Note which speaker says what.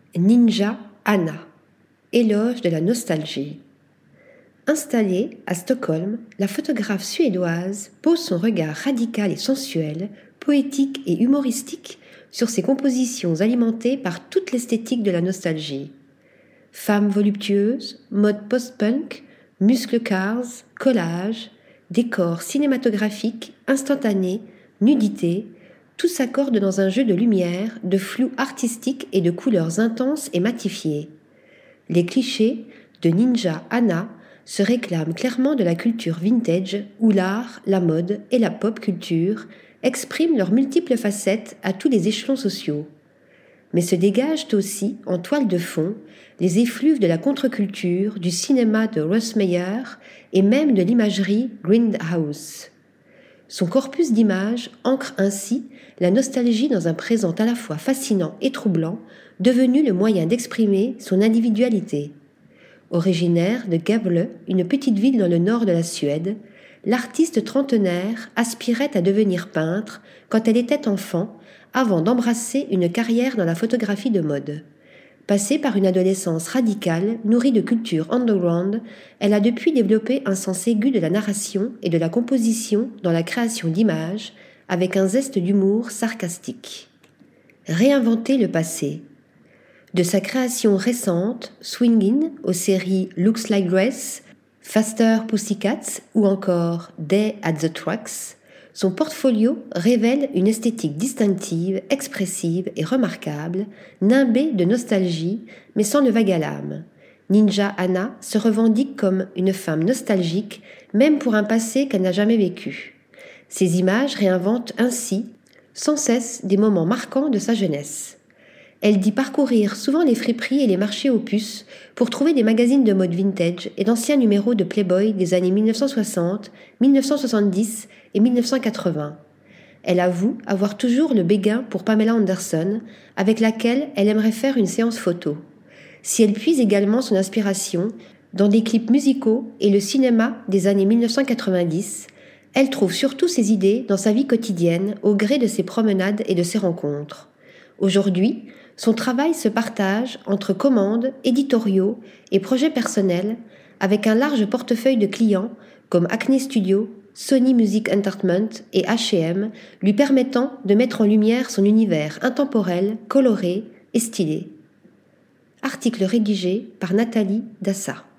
Speaker 1: Ninja Anna, éloge de la nostalgie. Installée à Stockholm, la photographe suédoise pose son regard radical et sensuel, poétique et humoristique sur ses compositions alimentées par toute l'esthétique de la nostalgie. Femme voluptueuse, mode post-punk, muscle cars, collage, décors cinématographiques, instantanés, nudité, tout s'accorde dans un jeu de lumière, de flou artistique et de couleurs intenses et matifiées. Les clichés de Ninja Anna se réclament clairement de la culture vintage où l'art, la mode et la pop culture expriment leurs multiples facettes à tous les échelons sociaux. Mais se dégagent aussi, en toile de fond, les effluves de la contre-culture, du cinéma de Russ Meyer et même de l'imagerie Grindhouse. Son corpus d'images ancre ainsi la nostalgie dans un présent à la fois fascinant et troublant, devenu le moyen d'exprimer son individualité. Originaire de Gävle, une petite ville dans le nord de la Suède, l'artiste trentenaire aspirait à devenir peintre quand elle était enfant, avant d'embrasser une carrière dans la photographie de mode. Passée par une adolescence radicale, nourrie de culture underground, elle a depuis développé un sens aigu de la narration et de la composition dans la création d'images, avec un zeste d'humour sarcastique. Réinventer le passé. De sa création récente, Swingin' aux séries Looks Like Grace, Faster Pussycats ou encore Day at the Trucks, son portfolio révèle une esthétique distinctive, expressive et remarquable, nimbée de nostalgie, mais sans le vague à l'âme. Ninja Anna se revendique comme une femme nostalgique, même pour un passé qu'elle n'a jamais vécu. Ses images réinventent ainsi, sans cesse, des moments marquants de sa jeunesse. Elle dit parcourir souvent les friperies et les marchés aux puces pour trouver des magazines de mode vintage et d'anciens numéros de Playboy des années 1960, 1970 et 1980. Elle avoue avoir toujours le béguin pour Pamela Anderson, avec laquelle elle aimerait faire une séance photo. Si elle puise également son inspiration dans des clips musicaux et le cinéma des années 1990, elle trouve surtout ses idées dans sa vie quotidienne au gré de ses promenades et de ses rencontres. Aujourd'hui, son travail se partage entre commandes, éditoriaux et projets personnels avec un large portefeuille de clients comme Acne Studio, Sony Music Entertainment et H&M, lui permettant de mettre en lumière son univers intemporel, coloré et stylé. Article rédigé par Nathalie Dassa.